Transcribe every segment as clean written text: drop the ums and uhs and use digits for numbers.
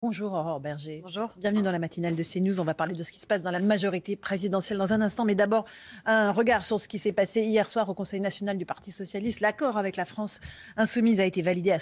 Bonjour Aurore Berger. Bonjour. Bienvenue dans la matinale de CNews. On va parler de ce qui se passe dans la majorité présidentielle dans un instant. Mais d'abord, un regard sur ce qui s'est passé hier soir au Conseil national du Parti socialiste. L'accord avec la France insoumise a été validé à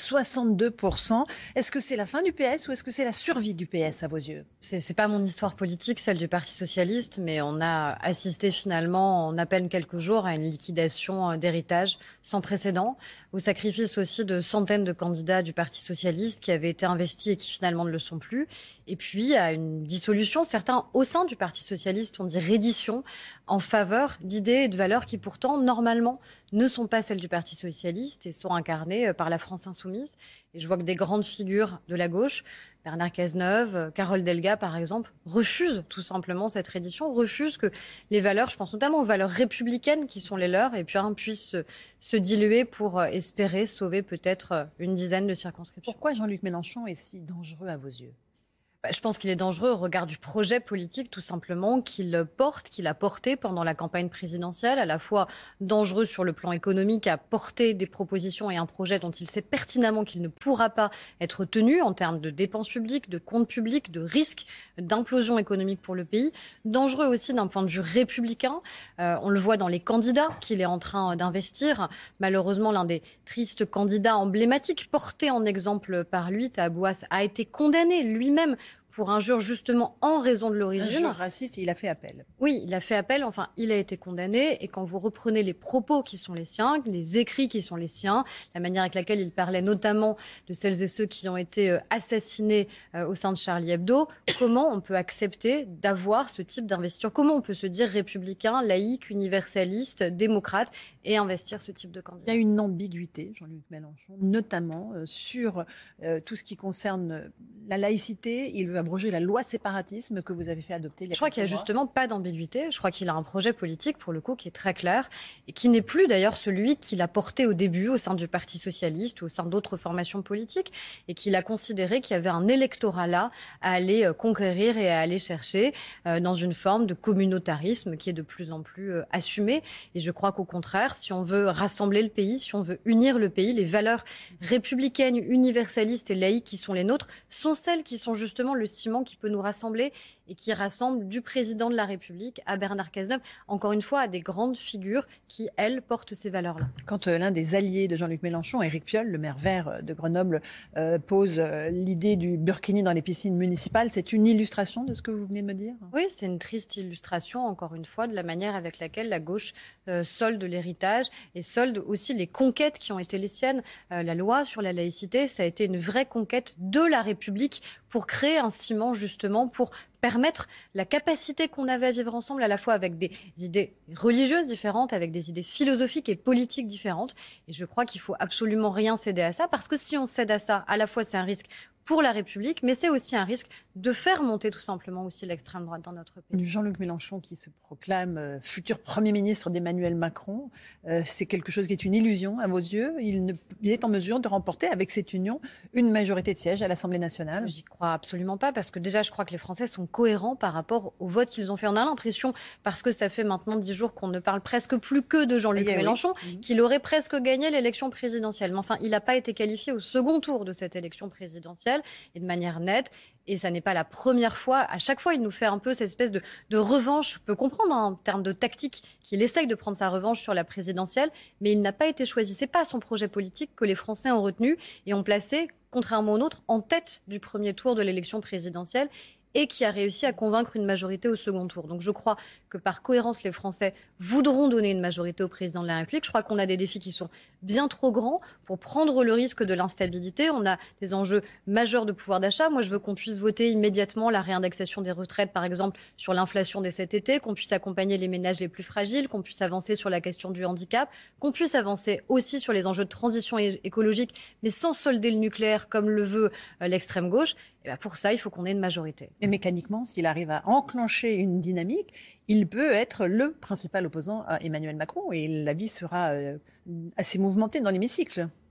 62%. Est-ce que c'est la fin du PS ou est-ce que c'est la survie du PS à vos yeux? C'est pas mon histoire politique, celle du Parti socialiste, mais on a assisté finalement en à peine quelques jours à une liquidation d'héritage sans précédent, au sacrifice aussi de centaines de candidats du Parti socialiste qui avaient été investis et qui finalement ne le sont plus. Et puis à une dissolution, certains au sein du Parti socialiste ont dit reddition en faveur d'idées et de valeurs qui pourtant normalement ne sont pas celles du Parti socialiste et sont incarnées par la France insoumise. Et je vois que des grandes figures de la gauche, Bernard Cazeneuve, Carole Delga par exemple, refusent tout simplement cette reddition, refusent que les valeurs, je pense notamment aux valeurs républicaines qui sont les leurs, et puis puissent se diluer pour espérer sauver peut-être une dizaine de circonscriptions. Pourquoi Jean-Luc Mélenchon est si dangereux à vos yeux? Je pense qu'il est dangereux au regard du projet politique, tout simplement, qu'il porte, qu'il a porté pendant la campagne présidentielle, à la fois dangereux sur le plan économique, à porter des propositions et un projet dont il sait pertinemment qu'il ne pourra pas être tenu en termes de dépenses publiques, de comptes publics, de risques d'implosion économique pour le pays. Dangereux aussi d'un point de vue républicain. On le voit dans les candidats qu'il est en train d'investir. Malheureusement, l'un des tristes candidats emblématiques porté en exemple par lui, Tahabouas, a été condamné lui-même pour injure justement en raison de l'origine. Injure raciste, il a fait appel. Oui, il a fait appel, enfin il a été condamné, et quand vous reprenez les propos qui sont les siens, les écrits qui sont les siens, la manière avec laquelle il parlait notamment de celles et ceux qui ont été assassinés au sein de Charlie Hebdo, comment on peut accepter d'avoir ce type d'investiture? Comment on peut se dire républicain, laïque, universaliste, démocrate et investir ce type de candidat? Il y a une ambiguïté, Jean-Luc Mélenchon, notamment sur tout ce qui concerne la laïcité. Il veut abroger la loi séparatisme que vous avez fait adopter. Je crois qu'il n'y a justement pas d'ambiguïté. Je crois qu'il a un projet politique, pour le coup, qui est très clair et qui n'est plus d'ailleurs celui qu'il a porté au début au sein du Parti socialiste ou au sein d'autres formations politiques, et qu'il a considéré qu'il y avait un électorat là à aller conquérir et à aller chercher dans une forme de communautarisme qui est de plus en plus assumé. Et je crois qu'au contraire, si on veut rassembler le pays, si on veut unir le pays, les valeurs républicaines, universalistes et laïques qui sont les nôtres sont celles qui sont justement le ciment qui peut nous rassembler et qui rassemble du président de la République à Bernard Cazeneuve, encore une fois à des grandes figures qui, elles, portent ces valeurs-là. Quand l'un des alliés de Jean-Luc Mélenchon, Éric Piolle, le maire vert de Grenoble, pose l'idée du burkini dans les piscines municipales, c'est une illustration de ce que vous venez de me dire? Oui, c'est une triste illustration, encore une fois, de la manière avec laquelle la gauche solde l'héritage et solde aussi les conquêtes qui ont été les siennes. La loi sur la laïcité, ça a été une vraie conquête de la République pour créer un ciment, justement, pour permettre la capacité qu'on avait à vivre ensemble, à la fois avec des idées religieuses différentes, avec des idées philosophiques et politiques différentes. Et je crois qu'il faut absolument rien céder à ça, parce que si on cède à ça, à la fois c'est un risque pour la République, mais c'est aussi un risque de faire monter tout simplement aussi l'extrême droite dans notre pays. Jean-Luc Mélenchon qui se proclame futur Premier ministre d'Emmanuel Macron, c'est quelque chose qui est une illusion à vos yeux. Il est en mesure de remporter avec cette union une majorité de sièges à l'Assemblée nationale? J'y crois absolument pas, parce que déjà je crois que les Français sont cohérents par rapport au vote qu'ils ont fait. On a l'impression, parce que ça fait maintenant 10 jours qu'on ne parle presque plus que de Jean-Luc Mélenchon, qu'il aurait presque gagné l'élection présidentielle. Mais enfin, il n'a pas été qualifié au second tour de cette élection présidentielle, et de manière nette. Et ça n'est pas la première fois. À chaque fois, il nous fait un peu cette espèce de revanche. Je peux comprendre en termes de tactique qu'il essaye de prendre sa revanche sur la présidentielle, mais il n'a pas été choisi. C'est pas son projet politique que les Français ont retenu et ont placé, contrairement aux nôtres, en tête du premier tour de l'élection présidentielle, et qui a réussi à convaincre une majorité au second tour. Donc je crois que par cohérence, les Français voudront donner une majorité au président de la République. Je crois qu'on a des défis qui sont bien trop grands pour prendre le risque de l'instabilité. On a des enjeux majeurs de pouvoir d'achat. Moi, je veux qu'on puisse voter immédiatement la réindexation des retraites, par exemple, sur l'inflation dès cet été, qu'on puisse accompagner les ménages les plus fragiles, qu'on puisse avancer sur la question du handicap, qu'on puisse avancer aussi sur les enjeux de transition écologique, mais sans solder le nucléaire comme le veut l'extrême gauche. Et bien pour ça, il faut qu'on ait une majorité. Et mécaniquement, s'il arrive à enclencher une dynamique, il peut être le principal opposant à Emmanuel Macron et la vie sera assez mouvementée dans l'hémicycle.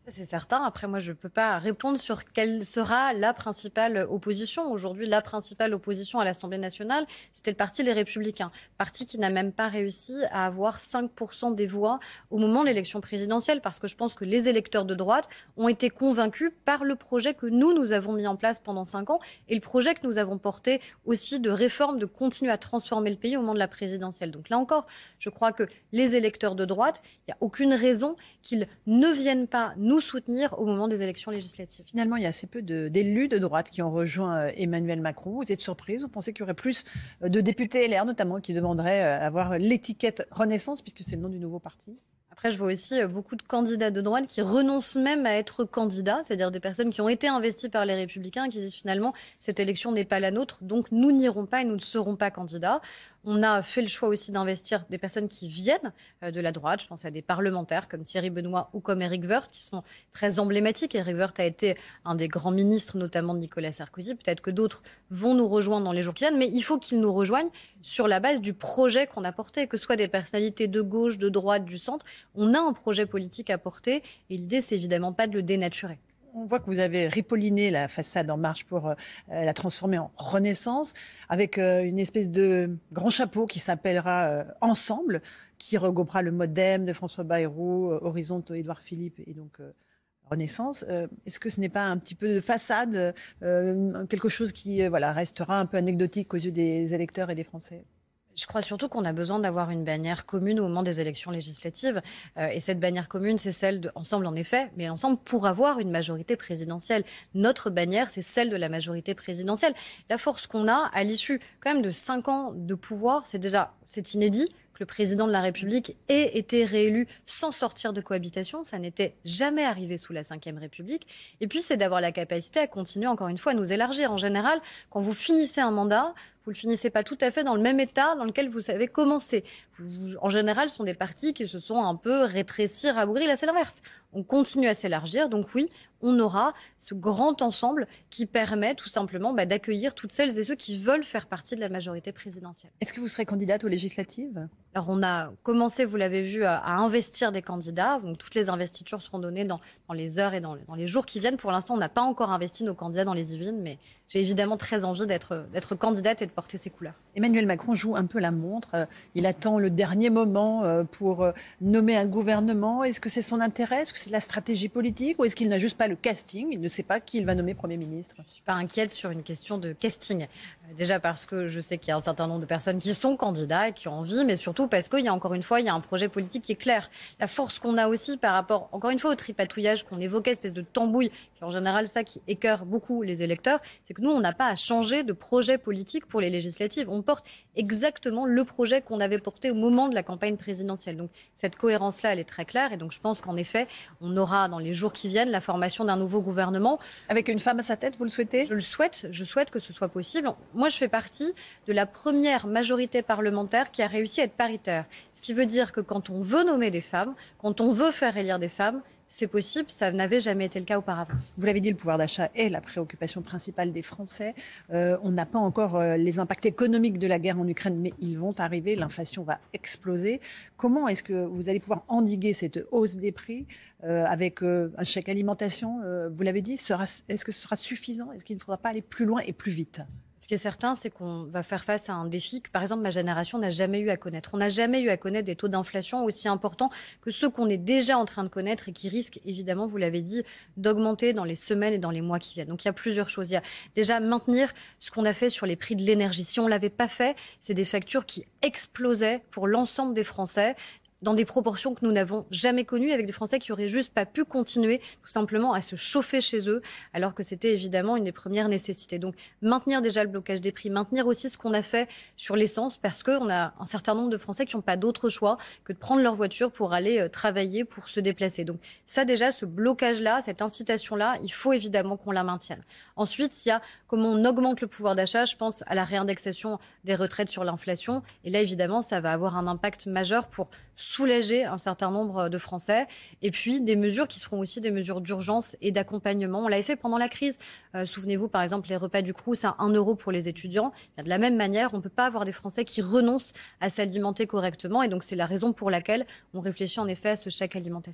C'est certain. Après, moi, je ne peux pas répondre sur quelle sera la principale opposition. Aujourd'hui, la principale opposition à l'Assemblée nationale, c'était le parti Les Républicains. Parti qui n'a même pas réussi à avoir 5% des voix au moment de l'élection présidentielle. Parce que je pense que les électeurs de droite ont été convaincus par le projet que nous avons mis en place pendant 5 ans et le projet que nous avons porté aussi de réforme, de continuer à transformer le pays au moment de la présidentielle. Donc là encore, je crois que les électeurs de droite, il n'y a aucune raison qu'ils ne viennent pas nous soutenir au moment des élections législatives. Finalement, il y a assez peu d'élus de droite qui ont rejoint Emmanuel Macron. Vous êtes surprise? Vous pensez qu'il y aurait plus de députés LR notamment qui demanderaient avoir l'étiquette Renaissance puisque c'est le nom du nouveau parti? Après, je vois aussi beaucoup de candidats de droite qui renoncent même à être candidats, c'est-à-dire des personnes qui ont été investies par les Républicains et qui disent finalement cette élection n'est pas la nôtre, donc nous n'irons pas et nous ne serons pas candidats. On a fait le choix aussi d'investir des personnes qui viennent de la droite. Je pense à des parlementaires comme Thierry Benoît ou comme Éric Woerth qui sont très emblématiques. Éric Woerth a été un des grands ministres, notamment de Nicolas Sarkozy. Peut-être que d'autres vont nous rejoindre dans les jours qui viennent, mais il faut qu'ils nous rejoignent sur la base du projet qu'on a porté, que ce soit des personnalités de gauche, de droite, du centre. On a un projet politique à porter et l'idée, c'est évidemment pas de le dénaturer. On voit que vous avez ripolliné la façade En Marche pour la transformer en Renaissance, avec une espèce de grand chapeau qui s'appellera Ensemble, qui regroupera le MoDem de François Bayrou, Horizon d'Édouard Philippe et donc Renaissance. Est-ce que ce n'est pas un petit peu de façade, quelque chose qui restera un peu anecdotique aux yeux des électeurs et des Français ? Je crois surtout qu'on a besoin d'avoir une bannière commune au moment des élections législatives. Et cette bannière commune, c'est celle de Ensemble, en effet, mais Ensemble pour avoir une majorité présidentielle. Notre bannière, c'est celle de la majorité présidentielle. La force qu'on a à l'issue quand même de 5 ans de pouvoir, c'est inédit que le président de la République ait été réélu sans sortir de cohabitation. Ça n'était jamais arrivé sous la Ve République. Et puis, c'est d'avoir la capacité à continuer, encore une fois, à nous élargir. En général, quand vous finissez un mandat, vous ne le finissez pas tout à fait dans le même état dans lequel vous avez commencé. En général, ce sont des partis qui se sont un peu rétrécis, rabougris. Là, c'est l'inverse. On continue à s'élargir. Donc oui, on aura ce grand ensemble qui permet tout simplement d'accueillir toutes celles et ceux qui veulent faire partie de la majorité présidentielle. Est-ce que vous serez candidate aux législatives ? Alors on a commencé, vous l'avez vu, à investir des candidats. Donc toutes les investitures seront données dans les heures et dans les jours qui viennent. Pour l'instant, on n'a pas encore investi nos candidats dans les Yvelines, mais j'ai évidemment très envie d'être candidate et de porter ses couleurs. Emmanuel Macron joue un peu la montre. Il attend le dernier moment pour nommer un gouvernement. Est-ce que c'est son intérêt ? Est-ce que c'est de la stratégie politique ? Ou est-ce qu'il n'a juste pas le casting ? Il ne sait pas qui il va nommer Premier ministre. Je ne suis pas inquiète sur une question de casting. Déjà parce que je sais qu'il y a un certain nombre de personnes qui sont candidats et qui ont envie, mais surtout parce qu'il y a encore une fois, il y a un projet politique qui est clair. La force qu'on a aussi par rapport, encore une fois, au tripatouillage qu'on évoquait, espèce de tambouille, qui est en général ça qui écœure beaucoup les électeurs, c'est que nous, on n'a pas à changer de projet politique pour les législatives. On porte exactement le projet qu'on avait porté au moment de la campagne présidentielle. Donc cette cohérence-là, elle est très claire. Et donc je pense qu'en effet, on aura dans les jours qui viennent la formation d'un nouveau gouvernement. Avec une femme à sa tête, vous le souhaitez ? Je le souhaite. Je souhaite que ce soit possible. Moi, je fais partie de la première majorité parlementaire qui a réussi à être paritaire. Ce qui veut dire que quand on veut nommer des femmes, quand on veut faire élire des femmes, c'est possible, ça n'avait jamais été le cas auparavant. Vous l'avez dit, le pouvoir d'achat est la préoccupation principale des Français. On n'a pas encore les impacts économiques de la guerre en Ukraine, mais ils vont arriver, l'inflation va exploser. Comment est-ce que vous allez pouvoir endiguer cette hausse des prix avec un chèque alimentation vous l'avez dit, est-ce que ce sera suffisant ? Est-ce qu'il ne faudra pas aller plus loin et plus vite ? Ce qui est certain, c'est qu'on va faire face à un défi que, par exemple, ma génération n'a jamais eu à connaître. On n'a jamais eu à connaître des taux d'inflation aussi importants que ceux qu'on est déjà en train de connaître et qui risquent, évidemment, vous l'avez dit, d'augmenter dans les semaines et dans les mois qui viennent. Donc, il y a plusieurs choses. Il y a déjà maintenir ce qu'on a fait sur les prix de l'énergie. Si on ne l'avait pas fait, c'est des factures qui explosaient pour l'ensemble des Français, dans des proportions que nous n'avons jamais connues, avec des Français qui auraient juste pas pu continuer tout simplement à se chauffer chez eux, alors que c'était évidemment une des premières nécessités. Donc maintenir déjà le blocage des prix, maintenir aussi ce qu'on a fait sur l'essence, parce qu'on a un certain nombre de Français qui n'ont pas d'autre choix que de prendre leur voiture pour aller travailler, pour se déplacer. Donc ça déjà, ce blocage-là, cette incitation-là, il faut évidemment qu'on la maintienne. Ensuite, il y a comment on augmente le pouvoir d'achat. Je pense à la réindexation des retraites sur l'inflation. Et là, évidemment, ça va avoir un impact majeur pour soulager un certain nombre de Français. Et puis, des mesures qui seront aussi des mesures d'urgence et d'accompagnement. On l'avait fait pendant la crise. Souvenez-vous, par exemple, les repas du Crous à 1 € pour les étudiants. De la même manière, on ne peut pas avoir des Français qui renoncent à s'alimenter correctement. Et donc, c'est la raison pour laquelle on réfléchit en effet à ce chèque alimentation.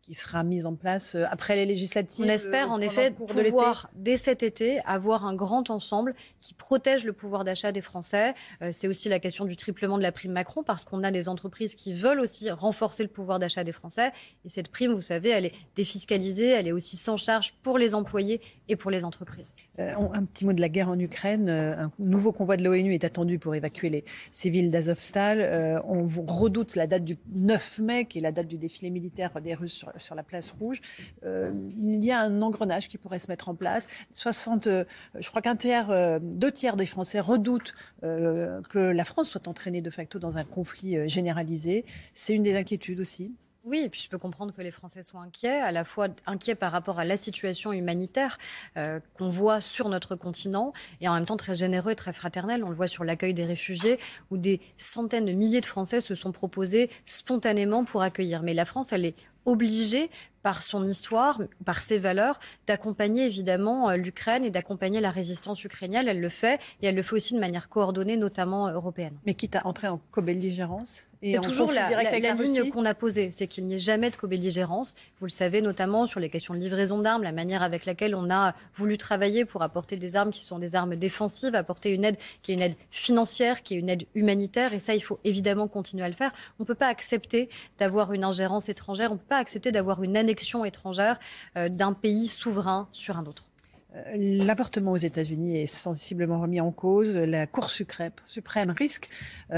qui sera mise en place après les législatives. On espère en effet pouvoir, dès cet été, avoir un grand ensemble qui protège le pouvoir d'achat des Français. C'est aussi la question du triplement de la prime Macron, parce qu'on a des entreprises qui veulent aussi renforcer le pouvoir d'achat des Français. Et cette prime, vous savez, elle est défiscalisée, elle est aussi sans charge pour les employés et pour les entreprises. Un petit mot de la guerre en Ukraine. Un nouveau convoi de l'ONU est attendu pour évacuer les civils d'Azovstal. On redoute la date du 9 mai, qui est la date du défilé militaire des Russes sur la place rouge. Il y a un engrenage qui pourrait se mettre en place. Je crois deux tiers des Français redoutent que la France soit entraînée de facto dans un conflit généralisé. C'est une des inquiétudes aussi. Oui, et puis je peux comprendre que les Français soient inquiets, à la fois inquiets par rapport à la situation humanitaire qu'on voit sur notre continent, et en même temps très généreux et très fraternel. On le voit sur l'accueil des réfugiés, où des centaines de milliers de Français se sont proposés spontanément pour accueillir. Mais la France, elle est obligée, par son histoire, par ses valeurs, d'accompagner évidemment l'Ukraine et d'accompagner la résistance ukrainienne. Elle le fait, et elle le fait aussi de manière coordonnée, notamment européenne. Mais quitte à entrer en co-belligérance et c'est toujours la ligne qu'on a posée, c'est qu'il n'y ait jamais de co-belligérance. Vous le savez, notamment sur les questions de livraison d'armes, la manière avec laquelle on a voulu travailler pour apporter des armes qui sont des armes défensives, apporter une aide qui est une aide financière, qui est une aide humanitaire. Et ça, il faut évidemment continuer à le faire. On ne peut pas accepter d'avoir une ingérence étrangère, on ne peut pas accepter d'avoir une annexion étrangère d'un pays souverain sur un autre. L'avortement aux États-Unis est sensiblement remis en cause. La Cour suprême risque,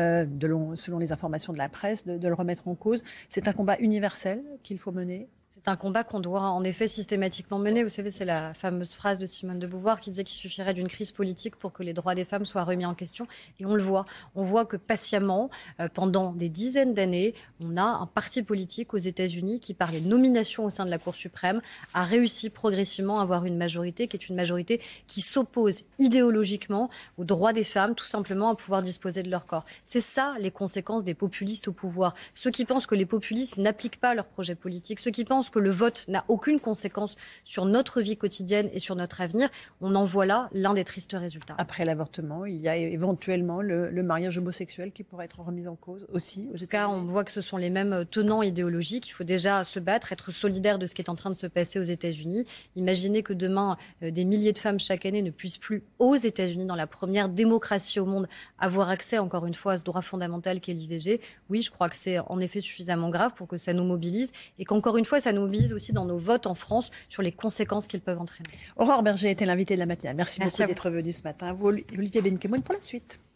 selon les informations de la presse, de le remettre en cause. C'est un combat universel qu'il faut mener. C'est un combat qu'on doit en effet systématiquement mener. Vous savez, c'est la fameuse phrase de Simone de Beauvoir qui disait qu'il suffirait d'une crise politique pour que les droits des femmes soient remis en question. Et on le voit. On voit que patiemment, pendant des dizaines d'années, on a un parti politique aux États-Unis qui, par les nominations au sein de la Cour suprême, a réussi progressivement à avoir une majorité qui est une majorité qui s'oppose idéologiquement aux droits des femmes, tout simplement à pouvoir disposer de leur corps. C'est ça les conséquences des populistes au pouvoir. Ceux qui pensent que les populistes n'appliquent pas leurs projets politiques, ceux qui pensent que le vote n'a aucune conséquence sur notre vie quotidienne et sur notre avenir, on en voit là l'un des tristes résultats. Après l'avortement, il y a éventuellement le mariage homosexuel qui pourrait être remis en cause aussi. En tout cas, on voit que ce sont les mêmes tenants idéologiques. Il faut déjà se battre, être solidaire de ce qui est en train de se passer aux États-Unis. Imaginez que demain, des milliers de femmes chaque année ne puissent plus, aux États-Unis, dans la première démocratie au monde, avoir accès, encore une fois, à ce droit fondamental qu'est l'IVG. Oui, je crois que c'est en effet suffisamment grave pour que ça nous mobilise et qu'encore une fois, ça nous mobilise aussi dans nos votes en France sur les conséquences qu'ils peuvent entraîner. Aurore Berger était l'invitée de la matinale. Merci beaucoup d'être venue ce matin. Vous, Olivier Benkemoun, pour la suite.